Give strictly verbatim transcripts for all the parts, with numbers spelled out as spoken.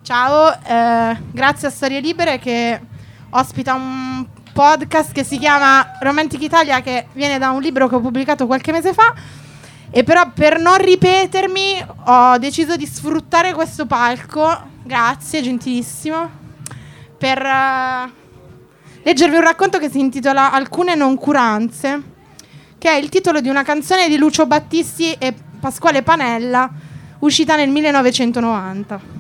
Ciao, eh, grazie a Storie Libere che ospita un podcast che si chiama Romantic Italia, che viene da un libro che ho pubblicato qualche mese fa, e però per non ripetermi ho deciso di sfruttare questo palco, grazie, gentilissimo, per uh, leggervi un racconto che si intitola Alcune noncuranze, che è il titolo di una canzone di Lucio Battisti e Pasquale Panella, uscita nel millenovecentonovanta.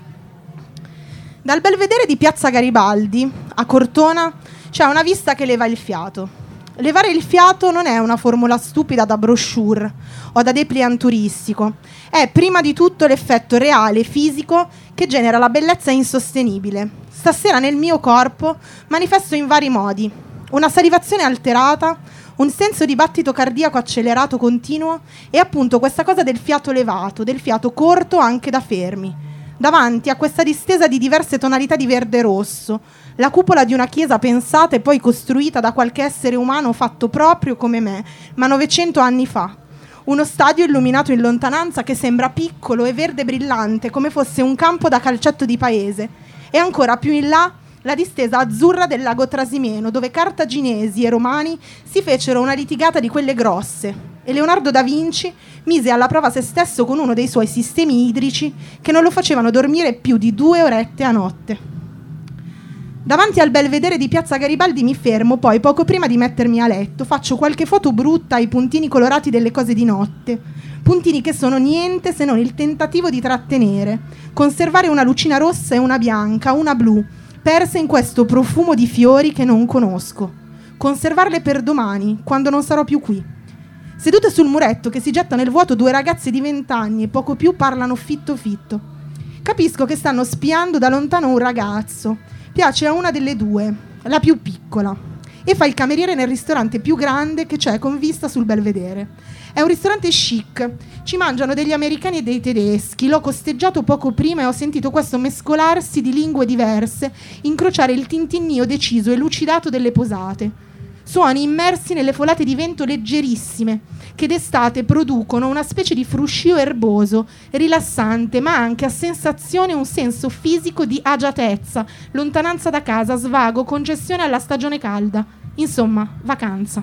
Dal belvedere di Piazza Garibaldi a Cortona c'è una vista che leva il fiato. Levare il fiato non è una formula stupida da brochure o da dépliant turistico. È prima di tutto l'effetto reale, fisico, che genera la bellezza insostenibile. Stasera nel mio corpo manifesto in vari modi. Una salivazione alterata, un senso di battito cardiaco accelerato continuo e appunto questa cosa del fiato levato, del fiato corto anche da fermi. Davanti a questa distesa di diverse tonalità di verde rosso, la cupola di una chiesa pensata e poi costruita da qualche essere umano fatto proprio come me, ma novecento anni fa. Uno stadio illuminato in lontananza che sembra piccolo e verde brillante, come fosse un campo da calcetto di paese. E ancora più in là, la distesa azzurra del lago Trasimeno, dove cartaginesi e romani si fecero una litigata di quelle grosse. E Leonardo da Vinci mise alla prova se stesso con uno dei suoi sistemi idrici che non lo facevano dormire più di due orette a notte. Davanti al belvedere di Piazza Garibaldi mi fermo, poi poco prima di mettermi a letto faccio qualche foto brutta ai puntini colorati delle cose di notte, puntini che sono niente se non il tentativo di trattenere, conservare una lucina rossa e una bianca, una blu, perse in questo profumo di fiori che non conosco, conservarle per domani, quando non sarò più qui. Sedute sul muretto che si getta nel vuoto due ragazze di vent'anni e poco più parlano fitto fitto. Capisco che stanno spiando da lontano un ragazzo. Piace a una delle due, la più piccola, e fa il cameriere nel ristorante più grande che c'è con vista sul belvedere. È un ristorante chic, ci mangiano degli americani e dei tedeschi, l'ho costeggiato poco prima e ho sentito questo mescolarsi di lingue diverse, incrociare il tintinnio deciso e lucidato delle posate. Suoni immersi nelle folate di vento leggerissime, che d'estate producono una specie di fruscio erboso, rilassante, ma anche a sensazione un senso fisico di agiatezza, lontananza da casa, svago, concessione alla stagione calda. Insomma, vacanza.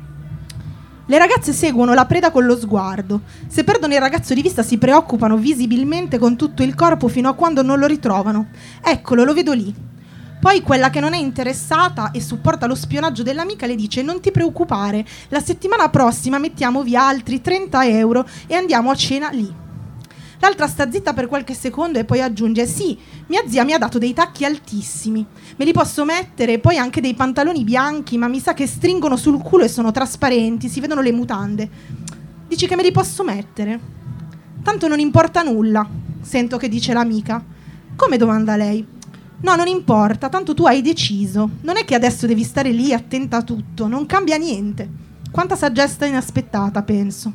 Le ragazze seguono la preda con lo sguardo. Se perdono il ragazzo di vista si preoccupano visibilmente con tutto il corpo fino a quando non lo ritrovano. Eccolo, lo vedo lì. Poi quella che non è interessata e supporta lo spionaggio dell'amica le dice: non ti preoccupare, la settimana prossima mettiamo via altri trenta euro e andiamo a cena lì. L'altra sta zitta per qualche secondo e poi aggiunge: sì, mia zia mi ha dato dei tacchi altissimi, me li posso mettere, poi anche dei pantaloni bianchi, ma mi sa che stringono sul culo e sono trasparenti, si vedono le mutande. Dici che me li posso mettere? Tanto non importa nulla, sento che dice l'amica. Come domanda lei? No, non importa, tanto tu hai deciso. Non è che adesso devi stare lì attenta a tutto, non cambia niente. Quanta saggezza inaspettata, penso.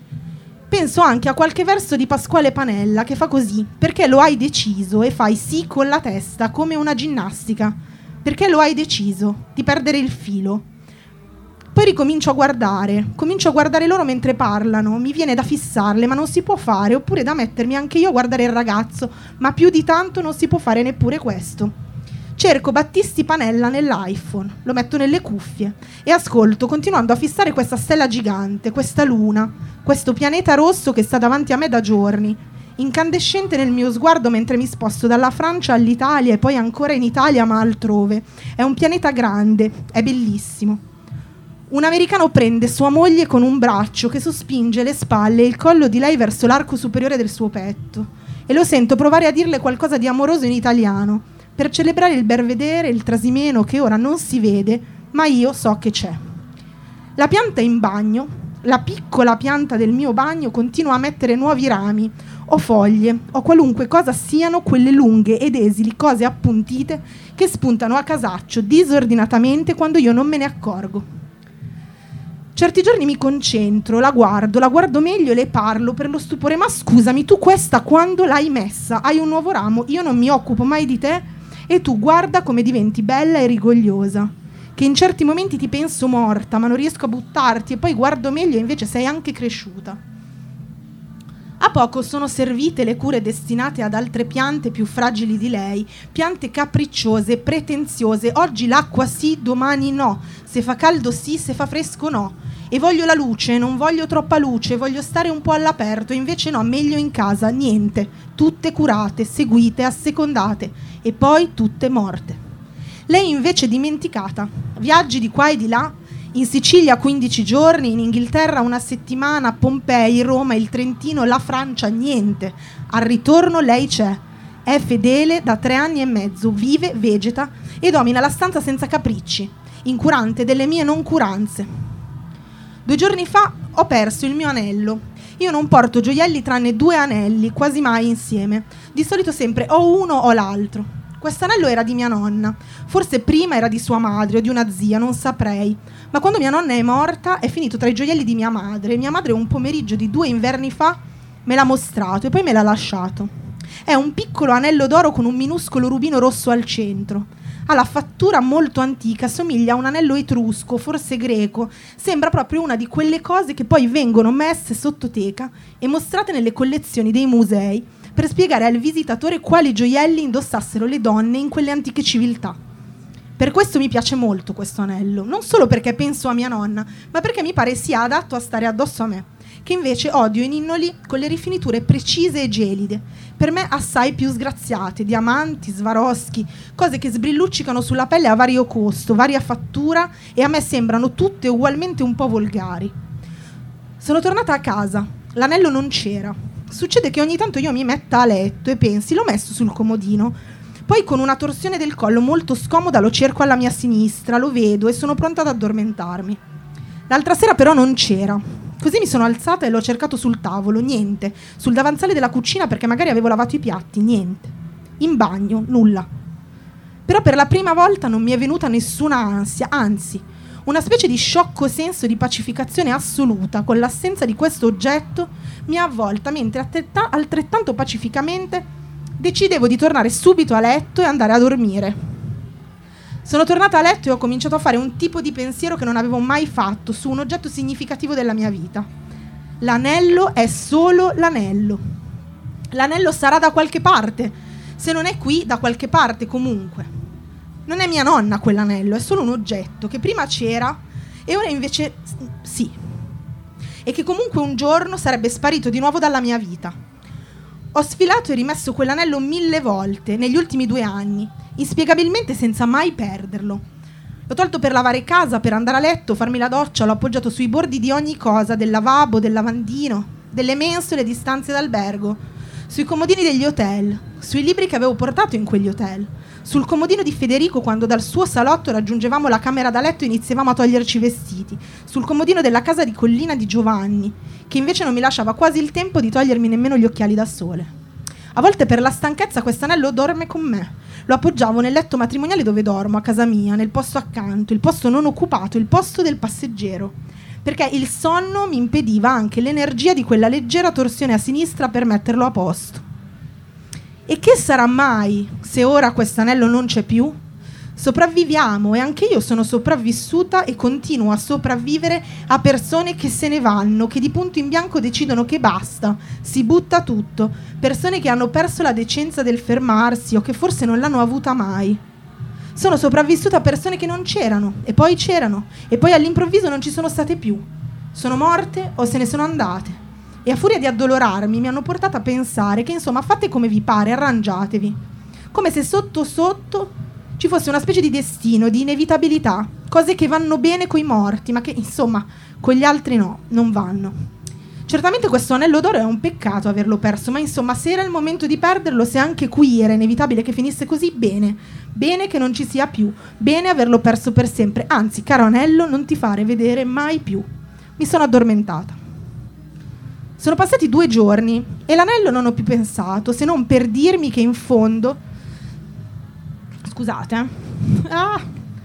Penso anche a qualche verso di Pasquale Panella che fa così: perché lo hai deciso, e fai sì con la testa, come una ginnastica. Perché lo hai deciso di perdere il filo. Poi ricomincio a guardare, comincio a guardare loro mentre parlano, mi viene da fissarle, ma non si può fare, oppure da mettermi anche io a guardare il ragazzo, ma più di tanto non si può fare neppure questo. Cerco Battisti Panella nell'iPhone, lo metto nelle cuffie e ascolto, continuando a fissare questa stella gigante, questa luna, questo pianeta rosso che sta davanti a me da giorni, incandescente nel mio sguardo mentre mi sposto dalla Francia all'Italia e poi ancora in Italia ma altrove. È un pianeta grande, è bellissimo. Un americano prende sua moglie con un braccio che sospinge le spalle e il collo di lei verso l'arco superiore del suo petto e lo sento provare a dirle qualcosa di amoroso in italiano per celebrare il belvedere, il Trasimeno che ora non si vede, ma io so che c'è. La pianta in bagno, la piccola pianta del mio bagno continua a mettere nuovi rami o foglie o qualunque cosa siano quelle lunghe ed esili cose appuntite che spuntano a casaccio disordinatamente quando io non me ne accorgo. Certi giorni mi concentro, la guardo, la guardo meglio e le parlo per lo stupore. Ma scusami, tu questa quando l'hai messa? Hai un nuovo ramo, io non mi occupo mai di te e tu guarda come diventi bella e rigogliosa. Che in certi momenti ti penso morta, ma non riesco a buttarti e poi guardo meglio e invece sei anche cresciuta. A a poco sono servite le cure destinate ad altre piante più fragili di lei, piante capricciose, pretenziose. Oggi l'acqua sì, domani no. Se fa caldo sì, se fa fresco no. E voglio la luce, non voglio troppa luce, voglio stare un po' all'aperto, invece no, meglio in casa, niente. Tutte curate, seguite, assecondate e poi tutte morte. Lei invece dimenticata, viaggi di qua e di là, in Sicilia quindici giorni, in Inghilterra una settimana, Pompei, Roma, il Trentino, la Francia, niente. Al ritorno lei c'è, è fedele da tre anni e mezzo, vive, vegeta e domina la stanza senza capricci, incurante delle mie noncuranze. Due giorni fa ho perso il mio anello. Io non porto gioielli tranne due anelli, quasi mai insieme. Di solito sempre o uno o l'altro. Quest'anello era di mia nonna. Forse prima era di sua madre o di una zia, non saprei. Ma quando mia nonna è morta è finito tra i gioielli di mia madre. Mia madre un pomeriggio di due inverni fa me l'ha mostrato e poi me l'ha lasciato. È un piccolo anello d'oro con un minuscolo rubino rosso al centro. Ha la fattura molto antica, somiglia a un anello etrusco, forse greco. Sembra proprio una di quelle cose che poi vengono messe sottoteca e mostrate nelle collezioni dei musei per spiegare al visitatore quali gioielli indossassero le donne in quelle antiche civiltà. Per questo mi piace molto questo anello, non solo perché penso a mia nonna, ma perché mi pare sia adatto a stare addosso a me, che invece odio i ninnoli con le rifiniture precise e gelide, per me assai più sgraziate, diamanti, Swarovski, cose che sbrilluccicano sulla pelle a vario costo, varia fattura e a me sembrano tutte ugualmente un po' volgari. Sono tornata a casa, l'anello non c'era. Succede che ogni tanto io mi metta a letto e pensi, l'ho messo sul comodino. Poi con una torsione del collo molto scomoda lo cerco alla mia sinistra, lo vedo e sono pronta ad addormentarmi. L'altra sera però non c'era. Così mi sono alzata e l'ho cercato sul tavolo, niente. Sul davanzale della cucina perché magari avevo lavato i piatti, niente. In bagno, nulla. Però per la prima volta non mi è venuta nessuna ansia, anzi, una specie di sciocco senso di pacificazione assoluta con l'assenza di questo oggetto mi ha avvolta, mentre altrettanto pacificamente decidevo di tornare subito a letto e andare a dormire. Sono tornata a letto e ho cominciato a fare un tipo di pensiero che non avevo mai fatto su un oggetto significativo della mia vita. L'anello è solo l'anello. L'anello sarà da qualche parte. Se non è qui, da qualche parte comunque. Non è mia nonna quell'anello, è solo un oggetto che prima c'era e ora invece sì. E che comunque un giorno sarebbe sparito di nuovo dalla mia vita. Ho sfilato e rimesso quell'anello mille volte negli ultimi due anni, inspiegabilmente senza mai perderlo. L'ho tolto per lavare casa, per andare a letto, farmi la doccia, l'ho appoggiato sui bordi di ogni cosa, del lavabo, del lavandino, delle mensole di stanze d'albergo, sui comodini degli hotel, sui libri che avevo portato in quegli hotel, sul comodino di Federico quando dal suo salotto raggiungevamo la camera da letto e iniziavamo a toglierci i vestiti, sul comodino della casa di collina di Giovanni, che invece non mi lasciava quasi il tempo di togliermi nemmeno gli occhiali da sole. A volte per la stanchezza quest'anello dorme con me. Lo appoggiavo nel letto matrimoniale dove dormo, a casa mia, nel posto accanto, il posto non occupato, il posto del passeggero, perché il sonno mi impediva anche l'energia di quella leggera torsione a sinistra per metterlo a posto. E che sarà mai se ora quest'anello non c'è più? Sopravviviamo e anche io sono sopravvissuta e continuo a sopravvivere a persone che se ne vanno, che di punto in bianco decidono che basta, si butta tutto, persone che hanno perso la decenza del fermarsi o che forse non l'hanno avuta mai. Sono sopravvissuta a persone che non c'erano e poi c'erano e poi all'improvviso non ci sono state più. Sono morte o se ne sono andate. E a furia di addolorarmi mi hanno portata a pensare che insomma fate come vi pare, arrangiatevi. Come se sotto sotto ci fosse una specie di destino, di inevitabilità, cose che vanno bene coi morti, ma che insomma con gli altri no, non vanno. Certamente questo anello d'oro è un peccato averlo perso, ma insomma se era il momento di perderlo, se anche qui era inevitabile che finisse così, bene, bene che non ci sia più, bene averlo perso per sempre, anzi caro anello non ti fare vedere mai più. Mi sono addormentata. Sono passati due giorni e l'anello non ho più pensato, se non per dirmi che in fondo... Scusate, eh? Ah.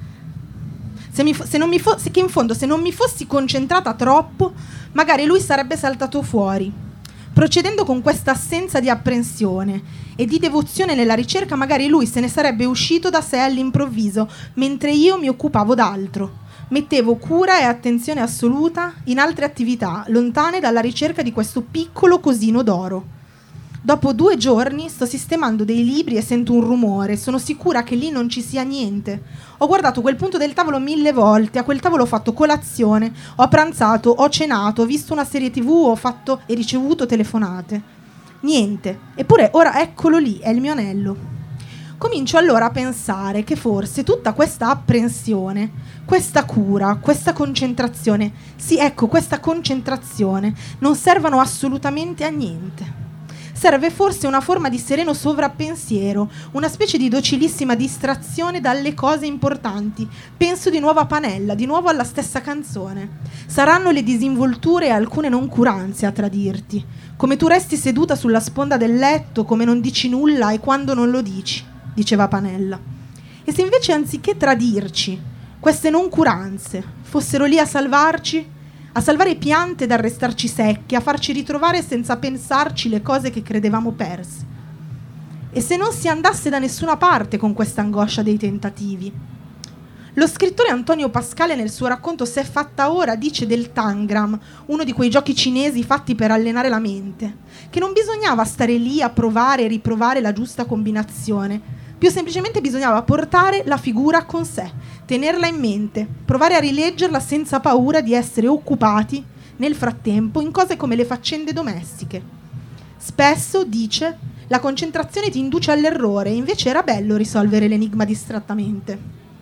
Se, mi fo- se non mi fossi, che in fondo se non mi fossi concentrata troppo, magari lui sarebbe saltato fuori. Procedendo con questa assenza di apprensione e di devozione nella ricerca, magari lui se ne sarebbe uscito da sé all'improvviso, mentre io mi occupavo d'altro. Mettevo cura e attenzione assoluta in altre attività, lontane dalla ricerca di questo piccolo cosino d'oro. Dopo due giorni sto sistemando dei libri e sento un rumore. Sono sicura che lì non ci sia niente. Ho guardato quel punto del tavolo mille volte. A quel tavolo ho fatto colazione, ho pranzato, ho cenato, ho visto una serie tivù, ho fatto e ricevuto telefonate. Niente. Eppure ora eccolo lì, è il mio anello. Comincio allora a pensare che forse tutta questa apprensione, questa cura, questa concentrazione, sì, ecco, questa concentrazione, non servano assolutamente a niente. Serve forse una forma di sereno sovrappensiero, una specie di docilissima distrazione dalle cose importanti. Penso di nuovo a Panella, di nuovo alla stessa canzone. Saranno le disinvolture e alcune noncuranze a tradirti, come tu resti seduta sulla sponda del letto, come non dici nulla e quando non lo dici, diceva Panella. E se invece anziché tradirci, queste noncuranze fossero lì a salvarci, a salvare piante dal restarci secche, a farci ritrovare senza pensarci le cose che credevamo perse. E se non si andasse da nessuna parte con questa angoscia dei tentativi? Lo scrittore Antonio Pascale nel suo racconto Se è fatta ora dice del Tangram, uno di quei giochi cinesi fatti per allenare la mente, che non bisognava stare lì a provare e riprovare la giusta combinazione, più semplicemente bisognava portare la figura con sé, tenerla in mente, provare a rileggerla senza paura di essere occupati nel frattempo in cose come le faccende domestiche. Spesso, dice, la concentrazione ti induce all'errore, invece era bello risolvere l'enigma distrattamente.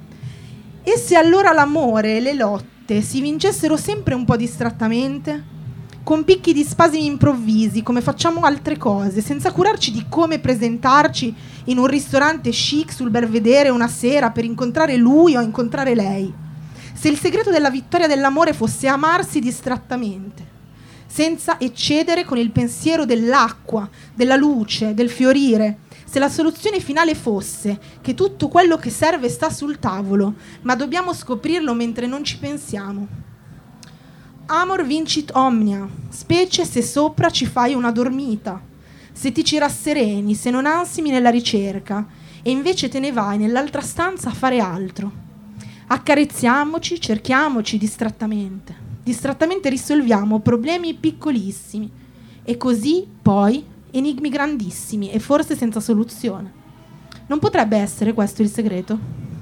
E se allora l'amore e le lotte si vincessero sempre un po' distrattamente, con picchi di spasimi improvvisi, come facciamo altre cose, senza curarci di come presentarci in un ristorante chic sul Belvedere una sera per incontrare lui o incontrare lei. Se il segreto della vittoria dell'amore fosse amarsi distrattamente, senza eccedere con il pensiero dell'acqua, della luce, del fiorire, se la soluzione finale fosse che tutto quello che serve sta sul tavolo, ma dobbiamo scoprirlo mentre non ci pensiamo. Amor vincit omnia, specie se sopra ci fai una dormita, se ti ci rassereni, se non ansimi nella ricerca e invece te ne vai nell'altra stanza a fare altro. Accarezziamoci, cerchiamoci distrattamente. Distrattamente risolviamo problemi piccolissimi e così poi enigmi grandissimi e forse senza soluzione. Non potrebbe essere questo il segreto?